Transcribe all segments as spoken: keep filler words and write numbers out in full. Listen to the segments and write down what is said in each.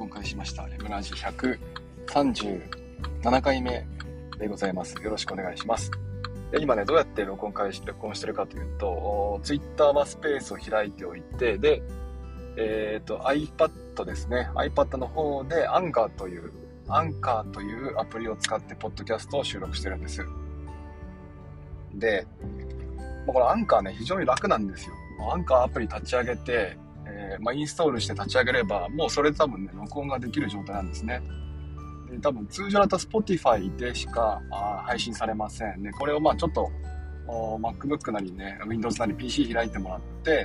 音開始しました。Mラジひゃくさんじゅうななかいめでございます。よろしくお願いします。で今ね、どうやって録音開始、録音してるかというと、Twitter はスペースを開いておいて、で、えっと、iPad ですね。iPad の方で Anchor という、Anchor というアプリを使ってポッドキャストを収録してるんです。で、まあ、この Anchor ね、非常に楽なんですよ。Anchor アプリ立ち上げて、えーまあ、インストールして立ち上げれば、もうそれで多分ね、録音ができる状態なんですね。で多分通常だと Spotify でしかあ配信されません。でこれをまあちょっと MacBook なりね、Windows なり ピーシー 開いてもらって、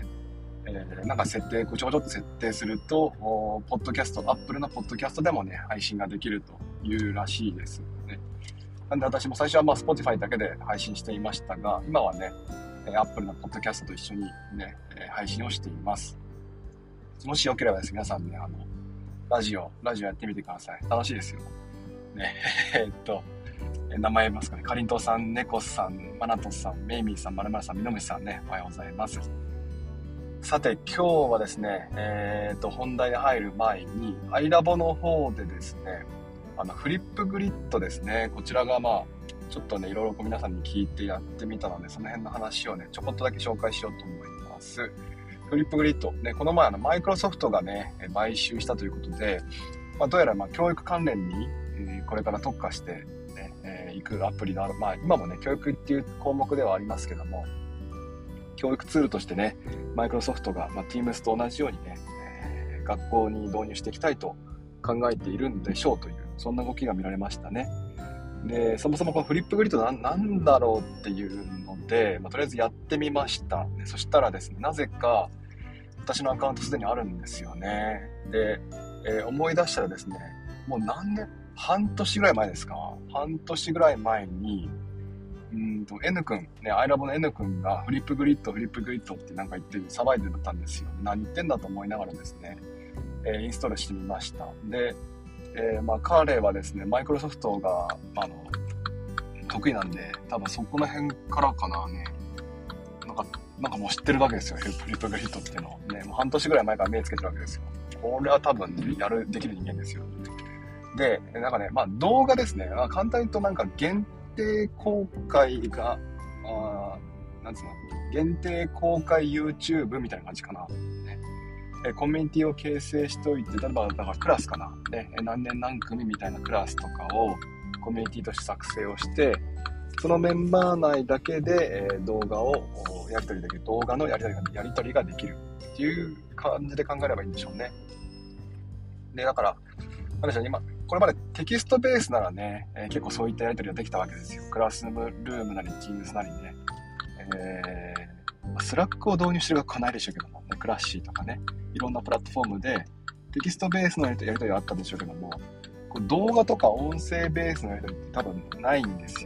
えー、なんか設定、こちょこちょっと設定すると、ポッドキャスト、Apple のポッドキャストでもね、配信ができるというらしいですね。なんで私も最初はまあ Spotify だけで配信していましたが、今はね、Apple のポッドキャストと一緒にね、配信をしています。もしよければですね、皆さんね、あの、ラジオ、ラジオやってみてください。楽しいですよ。ね、えっと、名前言いますかね。かりんとうさん、ねこさん、まなとさん、めいみーさん、まるまるさん、みのむしさんね、おはようございます。さて、今日はですね、えっと、本題に入る前に、iLabo の方でですね、あの、フリップグリッドですね、こちらがまあ、ちょっとね、いろいろ皆さんに聞いてやってみたので、その辺の話をね、ちょこっとだけ紹介しようと思います。フリップグリッド、ね、この前あのマイクロソフトがね買収したということで、まあ、どうやらまあ教育関連に、えー、これから特化してね、えー、いくアプリがある。まあ今もね教育っていう項目ではありますけども、教育ツールとしてねマイクロソフトが、まあ、Teams と同じようにね、えー、学校に導入していきたいと考えているんでしょうという、そんな動きが見られましたね。でそもそもこのフリップグリッド な, なんだろうっていうので、まあ、とりあえずやってみました。でそしたらですね、なぜか私のアカウントすでにあるんですよね。で、えー、思い出したらですね、もう何年、半年ぐらい前ですか。半年ぐらい前に、うんと N 君、ね、iLabo の N 君がフリップグリッド、フリップグリッドってなんか言って騒いでたんですよ。何言ってんだと思いながらですね、えー、インストールしてみました。で、えー、まあ彼はですね、マイクロソフトがあの得意なんで、多分そこの辺からかなね、なんかなんかもう知ってるわけですよ、フリップグリッドっていうのをね、もう半年ぐらい前から目つけてるわけですよ。これは多分、ね、やるできる人間ですよ。で、なんかね、まあ動画ですね、まあ、簡単に言うとなんか限定公開が、あなんつうの、限定公開 YouTube みたいな感じかな。ね、えコミュニティを形成しておいて、例えばだからクラスかな、ね、何年何組みたいなクラスとかをコミュニティとして作成をして、そのメンバー内だけで、えー、動画をやり取りできる、動画のやり取りが、やり取りができるっていう感じで考えればいいんでしょうね。で、だから、なんでしょう、今、これまでテキストベースならね、えー、結構そういったやり取りができたわけですよ。クラスルームなり、Teams なりね。えー、スラックを導入してる学校はないでしょうけども、ね、クラッシーとかね、いろんなプラットフォームでテキストベースのやり取りがあったでしょうけども、こう動画とか音声ベースのやり取りって多分ないんですよ。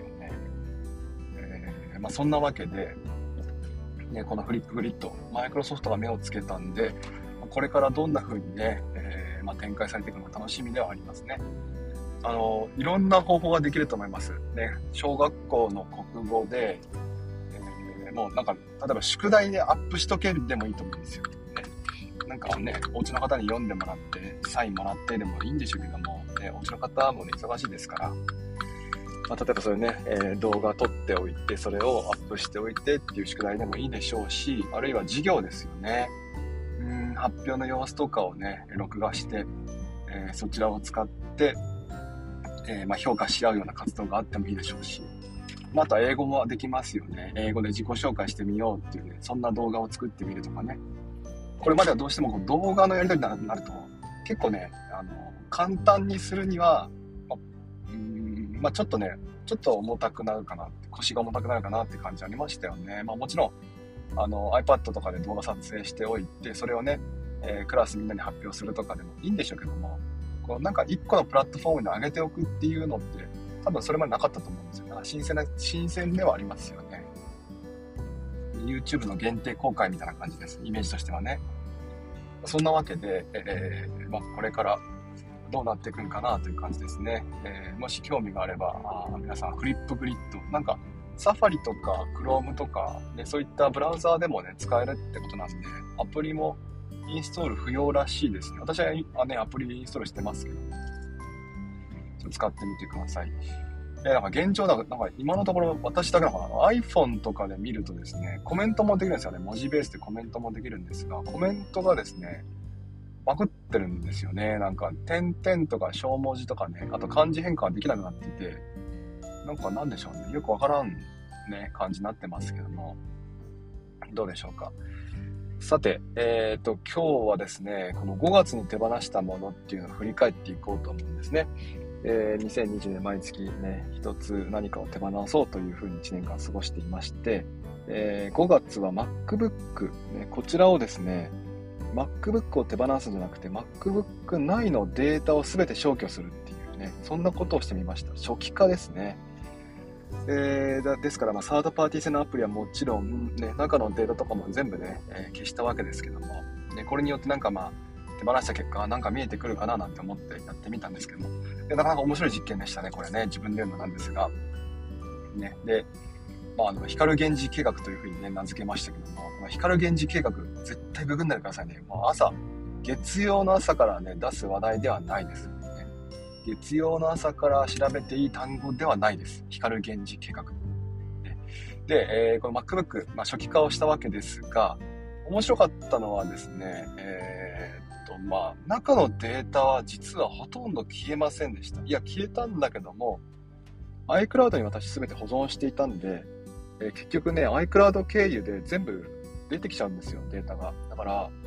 まあ、そんなわけで、ね、このフリップグリッド、マイクロソフトが目をつけたんで、これからどんな風にね、えーまあ、展開されていくのか楽しみではありますね。あのいろんな方法ができると思いますね。小学校の国語で、えー、もうなんか例えば宿題でアップしとけるでもいいと思うんですよ、ね、なんかね、お家の方に読んでもらってサインもらってでもいいんでしょうけども、ね、お家の方もね忙しいですから、まあ、例えばそれね、えー、動画撮っておいて、それをアップしておいてっていう宿題でもいいでしょうし、あるいは授業ですよね。うーん、発表の様子とかをね、録画して、えー、そちらを使って、えーまあ、評価し合うような活動があってもいいでしょうし、まあ、あとは英語もできますよね。英語で自己紹介してみようっていうね、そんな動画を作ってみるとかね。これまではどうしてもこう動画のやり取りになると、結構ね、あの、簡単にするには、まあ、ちょっとね、ちょっと重たくなるかな、腰が重たくなるかなって感じありましたよね。まあもちろん、あの iPad とかで動画撮影しておいて、それをね、えー、クラスみんなに発表するとかでもいいんでしょうけども、こうなんか一個のプラットフォームに上げておくっていうのって、多分それまでなかったと思うんですよ。だから新鮮な、新鮮ではありますよね。YouTube の限定公開みたいな感じです。イメージとしてはね。そんなわけで、えーまあ、これからどうなっていくんかなという感じですね。えー、もし興味があれば、あ皆さんフリップグリッド、なんかサファリとか Chrome とか、ね、そういったブラウザーでもね使えるってことなんで、アプリもインストール不要らしいですね。私はね、アプリインストールしてますけど、ちょっと使ってみてください。えー、なんか現状だ、なんか今のところ私だけなのかな、iPhone とかで見るとですね、コメントもできるんですよね。文字ベースでコメントもできるんですが、コメントがですね、まくってるんですよね。なんか、点々とか小文字とかね、あと漢字変換はできなくなっていて、なんかなんでしょうね、よくわからんね、感じになってますけども、どうでしょうか。さて、えっと、今日はですね、このごがつに手放したものっていうのを振り返っていこうと思うんですね。えー、にせんにじゅうねん毎月ね、一つ何かを手放そうというふうにいちねんかん過ごしていまして、えー、ごがつは MacBook、ね、こちらをですね、MacBook を手放すんじゃなくて MacBook 内のデータを全て消去するっていうね、そんなことをしてみました。初期化ですね。えー、だですから、まあ、サードパーティー製のアプリはもちろん、ね、中のデータとかも全部ね、えー、消したわけですけども、ね、これによってなんかまあ手放した結果なんか見えてくるかななんて思ってやってみたんですけども、でなかなか面白い実験でしたね、これね。自分で言うのなんですが、ね、で、まあ、あの光源氏計画というふうにね名付けましたけども、この光源氏計画絶対ググんないでくださいね。もう朝月曜の朝からね出す話題ではないです、ね、月曜の朝から調べていい単語ではないです。光源氏計画で、えー、この MacBook、まあ、初期化をしたわけですが、面白かったのはですね、えー、っとまあ中のデータは実はほとんど消えませんでした。いや消えたんだけども iCloud に私全て保存していたんで、えー、結局ね iCloud 経由で全部出てきちゃうんですよ、データが。だから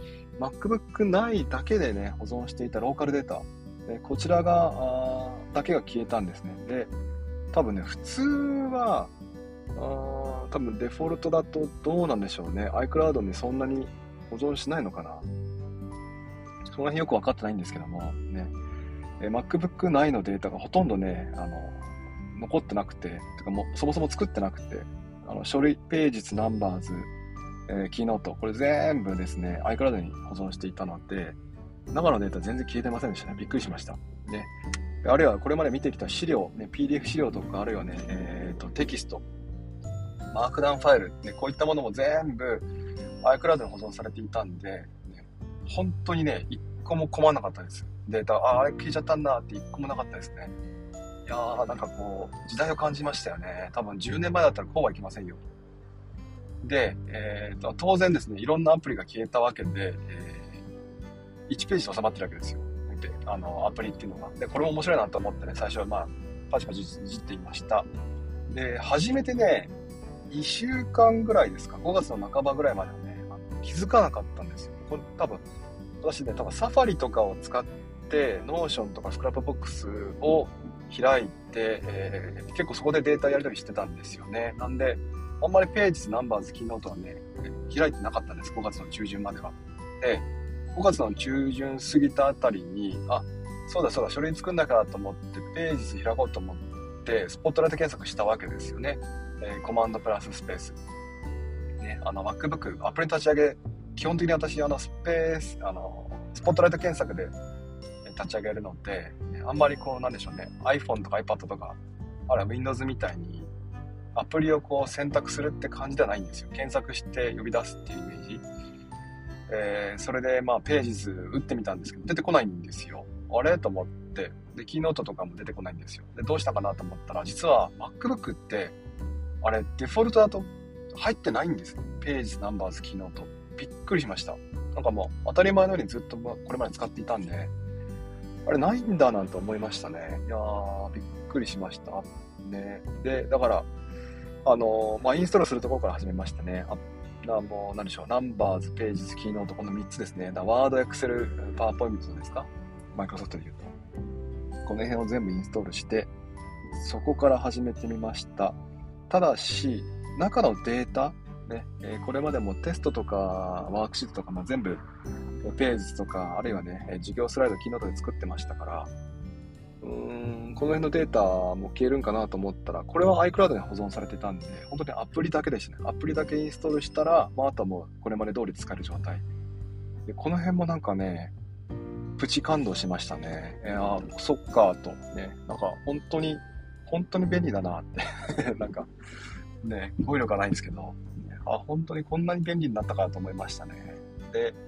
MacBook 内だけでね保存していたローカルデータ、でこちらがあだけが消えたんですね。で多分ね普通はあ多分デフォルトだとどうなんでしょうね。 iCloud にそんなに保存しないのかな。その辺よく分かってないんですけどもね、え MacBook 内のデータがほとんどねあの残ってなくて、てかもうそもそも作ってなくて、あの書類ページスナンバーズ、えー、キーノートこれ全部ですね iCloud に保存していたので、中のデータ全然消えてませんでしたね。びっくりしましたね。あるいはこれまで見てきた資料、ね、ピーディーエフ 資料とか、あるいはね、えーとテキスト、マークダウンファイル、ね、こういったものも全部 iCloud に保存されていたんで、ね、本当にね一個も困らなかったです。データああれ消えちゃったんだって一個もなかったですね。いやーなんかこう時代を感じましたよね。多分じゅうねんまえだったらこうはいきませんよ。で、えーと当然ですねいろんなアプリが消えたわけで、えー、いちページで収まってるわけですよ。であのアプリっていうのがで、これも面白いなと思ってね、最初はまあパチパチいじっていました。で初めてねいっしゅうかんぐらいですか、ごがつの半ばぐらいまではねあの気づかなかったんですよ。これ多分私ね多分サファリとかを使ってノーションとかスクラップボックスを開いて、えー、結構そこでデータやり取りしてたんですよね。なんであんまりページスナンバーズキーノートはね開いてなかったんです、ごがつの中旬までは。でごがつの中旬過ぎたあたりにあそうだそうだ書類作んなきゃと思ってページス開こうと思ってスポットライト検索したわけですよね。えー、コマンドプラススペース、ね、あの MacBook アプリ立ち上げ基本的に私あのスペースあのスポットライト検索で立ち上げるので、あんまりこうなんでしょうね iPhone とか iPad とかあるいは Windows みたいにアプリをこう選択するって感じではないんですよ。検索して呼び出すっていうイメージ、えー、それでまあページ図打ってみたんですけど出てこないんですよ。あれと思ってでキーノートとかも出てこないんですよ。でどうしたかなと思ったら実は MacBook ってあれデフォルトだと入ってないんですね。ページナンバーズキーノート。びっくりしました。なんかもう当たり前のようにずっとこれまで使っていたんで、あれないんだなんて思いましたね。いやーびっくりしました。ね、でだからあのー、まあインストールするところから始めましたね。あなもう何でしょう、ナンバーズ、ページズ、キーノート、このみっつですね。だワード、エクセル、パワーポイントですか、マイクロソフトで言うとこの辺を全部インストールしてそこから始めてみました。ただし中のデータ、ねえー、これまでもテストとかワークシートとかも全部ページとかあるいはね授業スライドキーノートで作ってましたから、うーんこの辺のデータも消えるんかなと思ったらこれは iCloud に保存されてたんで本当にアプリだけでしたね。アプリだけインストールしたら、まあ、あとはもうこれまで通り使える状態で、この辺もなんかねプチ感動しましたね。いやそっかとね、なんか本当に本当に便利だなってなんかね語彙力はないんですけど、あ本当にこんなに便利になったかと思いましたね。で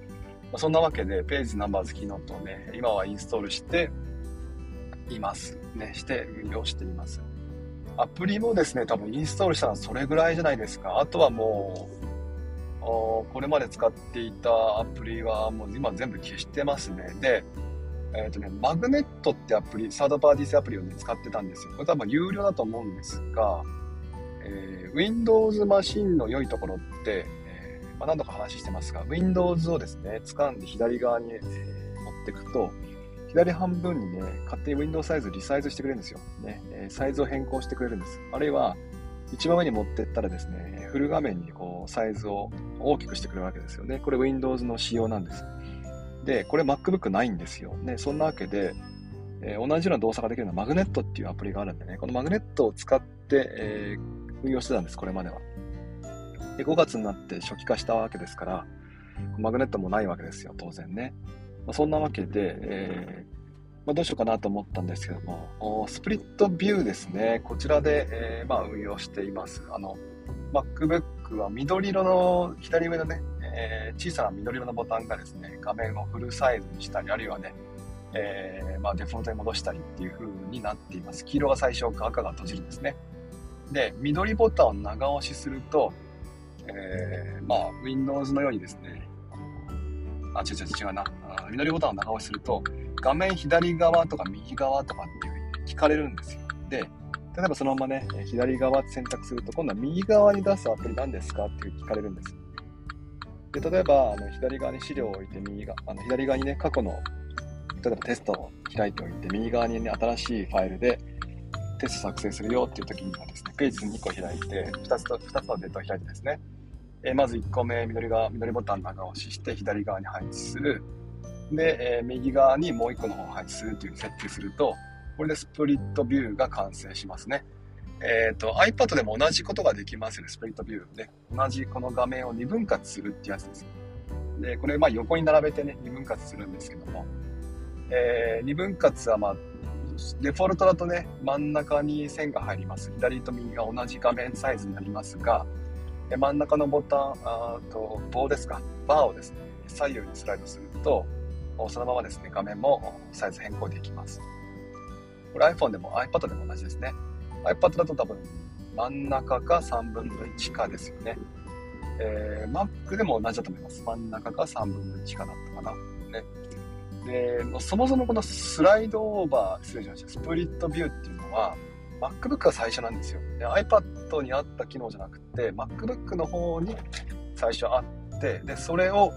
あ、そんなわけで、ページナンバーズキーノートをね、今はインストールしていますね。して運用しています。アプリもですね、多分インストールしたのはそれぐらいじゃないですか。あとはもう、これまで使っていたアプリはもう今全部消してますね。で、えっとね、マグネットってアプリ、サードパーティー製アプリをね、使ってたんですよ。これ多分有料だと思うんですが、えー、Windows マシンの良いところって、えーまあ、何度か話してますが、Windows をですね、掴んで左側に、えー、持っていくと、左半分にね、勝手に Windows サイズリサイズしてくれるんですよ。ね、えー、サイズを変更してくれるんです。あるいは、一番上に持っていったらですね、フル画面にこうサイズを大きくしてくれるわけですよね。これ Windows の仕様なんです。で、これ MacBook ないんですよ。ね、そんなわけで、えー、同じような動作ができるのはマグネットっていうアプリがあるんでね、このマグネットを使って、えー、運用してたんです、これまでは。で、ごがつになって初期化したわけですから、マグネットもないわけですよ、当然ね。まあ、そんなわけで、えーまあ、どうしようかなと思ったんですけども、スプリットビューですね、こちらで、えーまあ、運用しています。あの、MacBook は緑色の左上のね、えー、小さな緑色のボタンがですね、画面をフルサイズにしたり、あるいはね、えーまあ、デフォルトに戻したりっていう風になっています。黄色が最小化、赤が閉じるんですね。で、緑ボタンを長押しすると、えー、まあ、Windows のようにですね、あ、違う違う違うな。緑ボタンを長押しすると、画面左側とか右側とかっていう風に聞かれるんですよ。で、例えばそのままね、左側って選択すると、今度は右側に出すアプリ何ですかっていう聞かれるんです。で、例えば、あの左側に資料を置いて、右側、あの左側にね、過去の、例えばテストを開いておいて、右側にね、新しいファイルでテスト作成するよっていう時にはですね、ページにこ開いて、ふたつと、ふたつのデータを開いてですね、えまずいっこめ、緑側、緑ボタン長押しして、左側に配置する。で、えー、右側にもういっこの方を配置するという設定すると、これでスプリットビューが完成しますね。えっと、iPad でも同じことができますよね、スプリットビューで。同じこの画面をにぶん割するってやつです。で、これ、まあ横に並べてね、にぶん割するんですけども、えー、にぶん割はまあ、デフォルトだとね、真ん中に線が入ります。左と右が同じ画面サイズになりますが、真ん中のボタン、あと棒ですか、バーをですね、左右にスライドすると、そのままですね、画面もサイズ変更できます。これ iPhone でも iPad でも同じですね。iPad だと多分真ん中かさんぶんのいちかですよね。えー、Mac でも同じだと思います。真ん中かさんぶんのいちかだったかな。ね。で、そもそもこのスライドオーバー、失礼しました、スプリットビューっていうのは、MacBook が最初なんですよ。で、iPad にあった機能じゃなくて、MacBook の方に最初あって、で、それを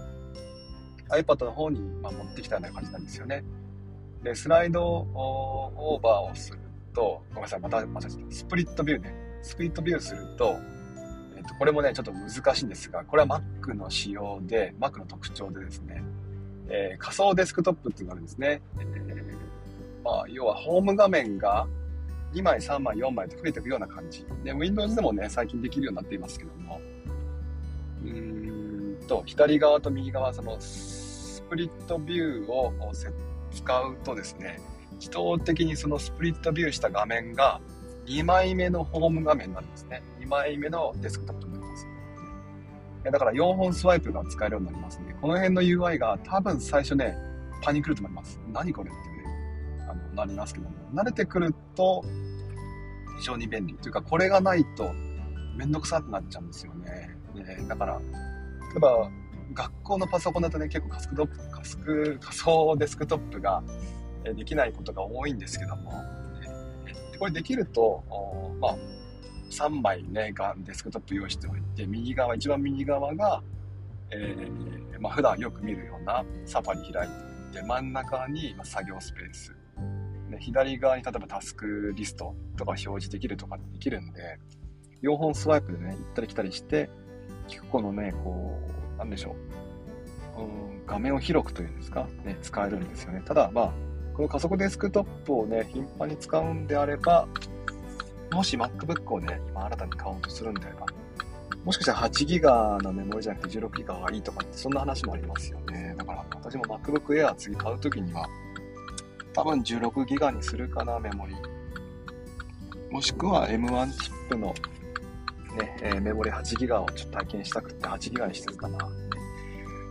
iPad の方に、まあ、持ってきたような感じなんですよね。で、スライドオーバーをすると、ごめんなさい、また間違えちゃった。スプリットビューね。スプリットビューすると、えっと、これもね、ちょっと難しいんですが、これは Mac の仕様で、Mac の特徴でですね、えー、仮想デスクトップっていうのがあるんですね。えー、まあ、要はホーム画面がにまい、さんまい、よんまいと増えていくような感じ。で、Windows でもね、最近できるようになっていますけども、うーんと、左側と右側、その、スプリットビューを使うとですね、自動的にそのスプリットビューした画面がにまいめのホーム画面になるんですね。にまいめのデスクトップになります。だからよんほんスワイプが使えるようになりますね。この辺の ユーアイ が多分最初ね、パニクると思います。何これってね、あの、なりますけども、慣れてくると非常に便利。というか、これがないとめんどくさってなっちゃうんですよね。ね、だから、例えば、学校のパソコンだとね、結構カスクドップ、カスク、仮想デスクトップができないことが多いんですけども、これできると、まあ、さんまいね、デスクトップ用意しておいて、右側、一番右側が、えー、まあ、普段よく見るようなサファリ開いておいて、真ん中に作業スペース、ね、左側に例えばタスクリストとか表示できるとかできるんで、よんほんスワイプでね、行ったり来たりして、結構このね、こう、なんでしょう、うん、画面を広くというんですか、ね、使えるんですよね。ただ、まあ、この加速デスクトップをね、頻繁に使うんであれば、もし MacBook をね、今新たに買おうとするんであれば、もしかしたらはちギガのメモリじゃなくてじゅうろくギガがいいとかって、そんな話もありますよね。だから私も MacBook Air 次買うときには、多分じゅうろくギガにするかな、メモリ。もしくは エムワン チップのね、えー、メモリはちギガをちょっと体験したくてはちギガにしてるかな。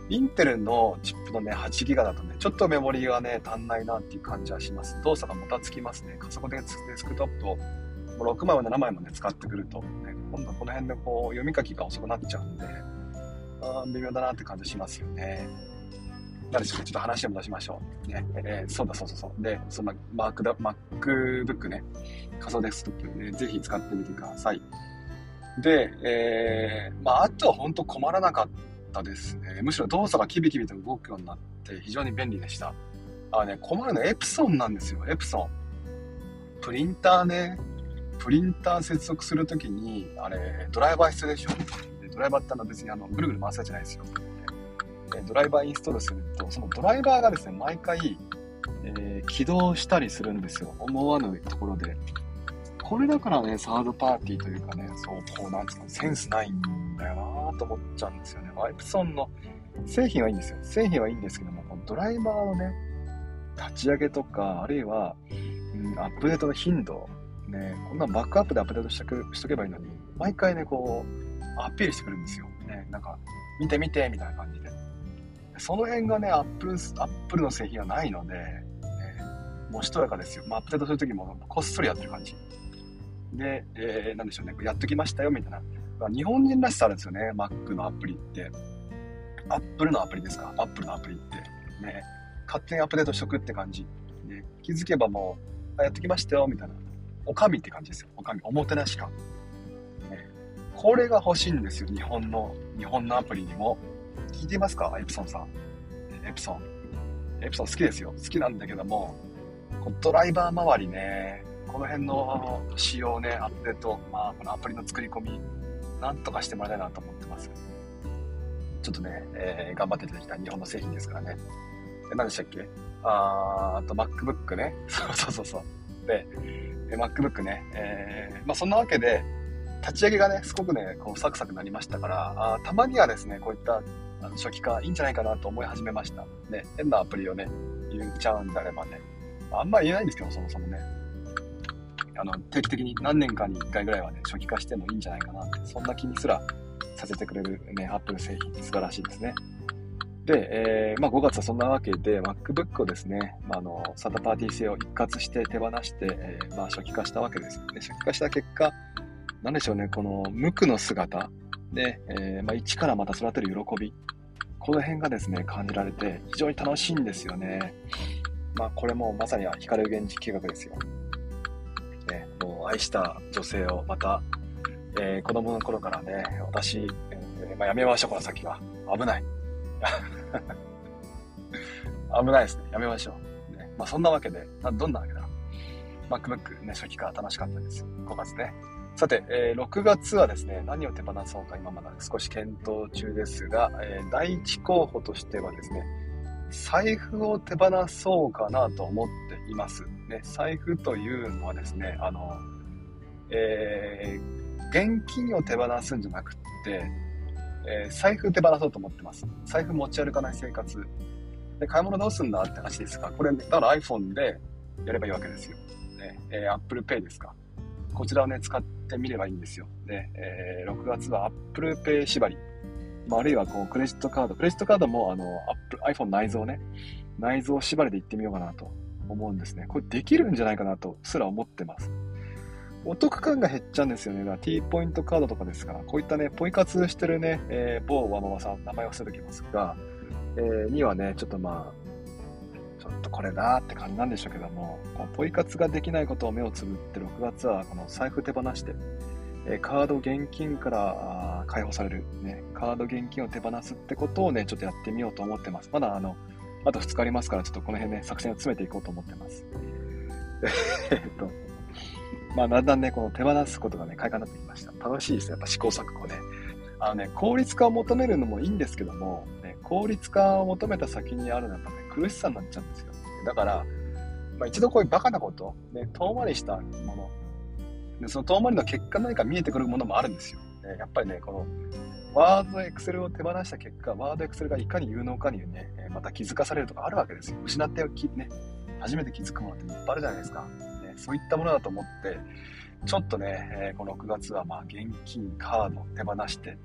インテルのチップのね、はちギガだとね、ちょっとメモリーがね、足んないなっていう感じはします。動作がもたつきますね。加速デスクトップをもうろくまいもななまいもね、使ってくると、ね、今度この辺でこう、読み書きが遅くなっちゃうんで、あー微妙だなって感じしますよね。なんでしょうね、ちょっと話を戻しましょう。ね、えー、そうだそうそうそう。で、そのマークだ、MacBook ね、仮想デスクトップね、ぜひ使ってみてください。で、えー、まあ、あとは本当困らなかったですね。むしろ動作がキビキビと動くようになって非常に便利でした。あね、困るのはエプソンなんですよ、エプソン。プリンターね、プリンター接続するときに、あれ、ドライバー必要でしょ。でドライバーってのは別にあのぐるぐる回すやつじゃないですよ。でドライバーインストールすると、そのドライバーがですね、毎回、えー、起動したりするんですよ。思わぬところで。これだからね、サードパーティーというかね、そう、こうなんですか、センスないんだよなと思っちゃうんですよね。エプソンの製品はいいんですよ。製品はいいんですけども、このドライバーのね、立ち上げとか、あるいは、うん、アップデートの頻度、ね、こんなバックアップでアップデートしとくしとけばいいのに、毎回ね、こう、アピールしてくるんですよ。ね、なんか、見て見て、みたいな感じで。その辺がね、アップル、アップルの製品はないので、ね、もうしとやかですよ。まあ、アップデートするときもこっそりやってる感じ。で、えー、なんでしょうね、やっときましたよ、みたいな。まあ、日本人らしさあるんですよね、Mac のアプリって。アップルのアプリですか、アップルのアプリって。ね、勝手にアップデートしとくって感じ。で、気づけばもう、あ、やっときましたよ、みたいな。おかみって感じですよ。おかみ。おもてなし感。ね、これが欲しいんですよ、日本の、日本のアプリにも。聞いていますか、エプソンさん。エプソン。エプソン好きですよ。好きなんだけども、ドライバー周りね、この辺の仕様ね、アップデート、まあ、このアプリの作り込み、なんとかしてもらいたいなと思ってます。ちょっとね、えー、頑張っていただきたい日本の製品ですからね。え、何でしたっけ？あー、あと MacBook ね。そうそうそうそう。で、え MacBook ね。えー、まあそんなわけで、立ち上げがね、すごくね、こうサクサクなりましたから、あたまにはですね、こういったあの初期化いいんじゃないかなと思い始めました。ね、変なアプリをね、言っちゃうんであればね、あんまり言えないんですけど、そもそもね。あの定期的に何年かにいっかいぐらいはね、初期化してもいいんじゃないかなって、そんな気にすらさせてくれるね、Apple 製品、素晴らしいですね。で、えーまあ、ごがつはそんなわけで MacBook をですね、まあ、あのサードパーティー製を一括して手放して、えーまあ、初期化したわけですよね。初期化した結果、なんでしょうね、この無垢の姿で、えーまあ、一からまた育てる喜び、この辺がですね、感じられて非常に楽しいんですよね。まあ、これもまさに光源氏計画ですよ。ね、もう愛した女性をまた、えー、子供の頃からね、私、えーまあ、やめましょう、この先は。危ない。危ないですね。やめましょう。ね、まあ、そんなわけで、どんなわけだ MacBook ね、初期化楽しかったです。ごがつね。さて、えー、ろくがつはですね、何を手放そうか今まだ少し検討中ですが、えー、第一候補としてはですね、財布を手放そうかなと思っています。ね、財布というのはですね、あの、えー、現金を手放すんじゃなくって、えー、財布手放そうと思ってます。財布持ち歩かない生活。で、買い物どうすんだって話ですが、これ、だから iPhone でやればいいわけですよ。ね、えー、Apple Pay ですか。こちらをね、使ってみればいいんですよ。で、えー、ろくがつは Apple Pay 縛り。まあ、あるいはこうクレジットカード、クレジットカードもあの iPhone 内蔵ね、内蔵縛りで行ってみようかなと思うんですね。これできるんじゃないかなとすら思ってます。お得感が減っちゃうんですよね。だから T ポイントカードとかですから、こういったね、ポイ活してるね、えー、某ワママさん、名前を忘れておきますが、えー、にはね、ちょっとまあ、ちょっとこれだって感じなんでしょうけども、このポイ活ができないことを目をつぶってろくがつはこの財布手放して、カード現金から解放される、ね、カード現金を手放すってことをね、ちょっとやってみようと思ってます。まだあの、あとふつかありますから、ちょっとこの辺ね、作戦を詰めていこうと思ってます。えっと、まあ、だんだんね、この手放すことがね、快感になってきました。楽しいですね、やっぱ試行錯誤ね。あのね、効率化を求めるのもいいんですけども、ね、効率化を求めた先にあるのはやっぱね、苦しさになっちゃうんですよ。だから、まあ、一度こういうバカなこと、ね、遠回りしたもの、でその遠回りの結果何か見えてくるものもあるんですよ。やっぱりね、このワード、エクセルを手放した結果、ワード、エクセルがいかに有能かにね、また気づかされるとかあるわけですよ。失ってね、初めて気づくものっていっぱいあるじゃないですか。ね、そういったものだと思って、ちょっとね、このろくがつはまあ現金、カード手放して、え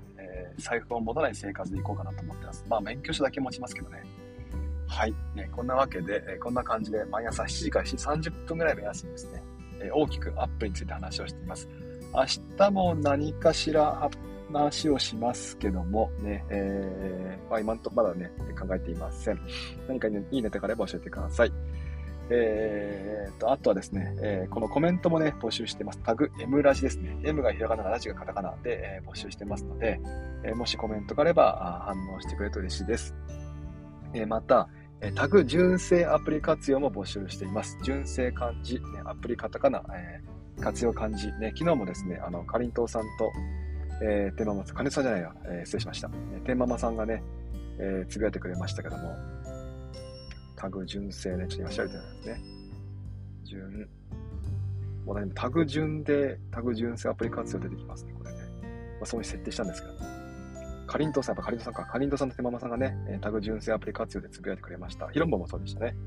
えー、財布を持たない生活でいこうかなと思ってます。まあ免許証だけ持ちますけどね。はい。ね、こんなわけで、えー、こんな感じで毎朝しちじからしちじさんじゅっぷんぐらい目安にですね、えー、大きくアップについて話をしています。明日も何かしら話をしますけどもね、えーまあ、今のところまだね、考えていません。何かいいネタがあれば教えてください。えー、とあとはですね、えー、このコメントもね、募集してます。タグ M ラジですね。M がひらがな、ラジがカタカナで、えー、募集してますので、えー、もしコメントがあれば反応してくれると嬉しいです。えー、また、タグ純正アプリ活用も募集しています。純正漢字、ね、アプリカタカナ、えー、活用漢字、ね、昨日もですね、あの、かりんとうさんと、えー、てんままさん、かねさんじゃないや、えー、失礼しました。てんままさんがね、えー、つぶやいてくれましたけども、タグ純正ね、ちょっと今調べてないですね。純、もうね、タグ純で、タグ純正アプリ活用出てきますね、これね。まあ、そういう設定したんですけど、かりんとうさん、やっぱかりんとうさんか、かりんとうさんとてんままさんがね、タグ純正アプリ活用でつぶやいてくれました。ひろんぼもそうでしたね。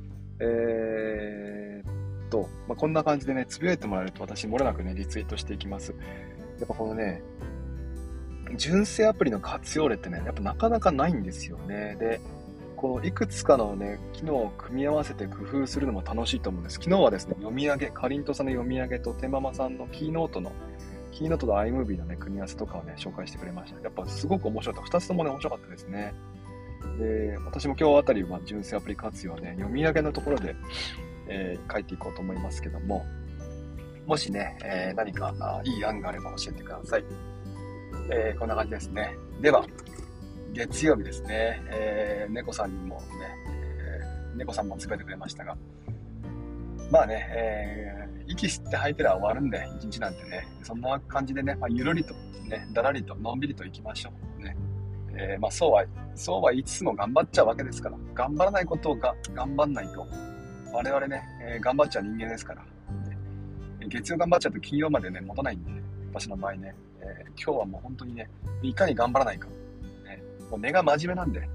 えーっと、まあ、こんな感じでね、つぶやいてもらえると私、漏れなくね、リツイートしていきます。やっぱこのね、純正アプリの活用例ってね、やっぱなかなかないんですよね。で、このいくつかのね、機能を組み合わせて工夫するのも楽しいと思うんです。昨日はですね、読み上げ、かりんとうさんの読み上げとてんままさんのキーノートの、キーノートと iMovie のね、組み合わせとかをね、紹介してくれました。やっぱすごく面白かった。二つともね、面白かったですね。で、私も今日あたりは純正アプリ活用ね、読み上げのところで、えー、書いていこうと思いますけども、もしね、えー、何かいい案があれば教えてください。えー、こんな感じですね。では、月曜日ですね。えー、猫さんにもね、えー、猫さんもつぶやいてくれましたが、まあね、えー、息吸って吐いてら終わるんで、一日なんてね、そんな感じでね、まあ、ゆるりと、ね、だらりと、のんびりと行きましょう。ね。えー、まあそうは、そうは言いつつも頑張っちゃうわけですから、頑張らないことが頑張んないと、我々ね、えー、頑張っちゃう人間ですから、ね、月曜頑張っちゃうと金曜までね、持たないんで、ね、私の場合ね、えー、今日はもう本当にね、いかに頑張らないか、ね、もう根が真面目なんで、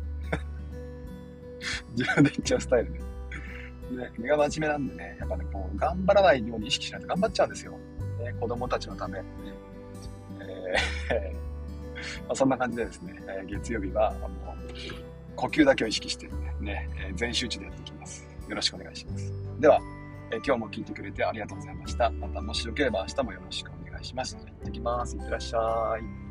自分で言っちゃうスタイルで、ね、根が真面目なんでね、やっぱね、こう、頑張らないように意識しないと頑張っちゃうんですよ。ね、子供たちのため、ね、えーまあ、そんな感じでですね、えー、月曜日はもう呼吸だけを意識してね、えー、全集中でやっていきます。よろしくお願いします。では、えー、今日も聞いてくれてありがとうございました。またもしよければ明日もよろしくお願いします。行ってきます。いってらっしゃい。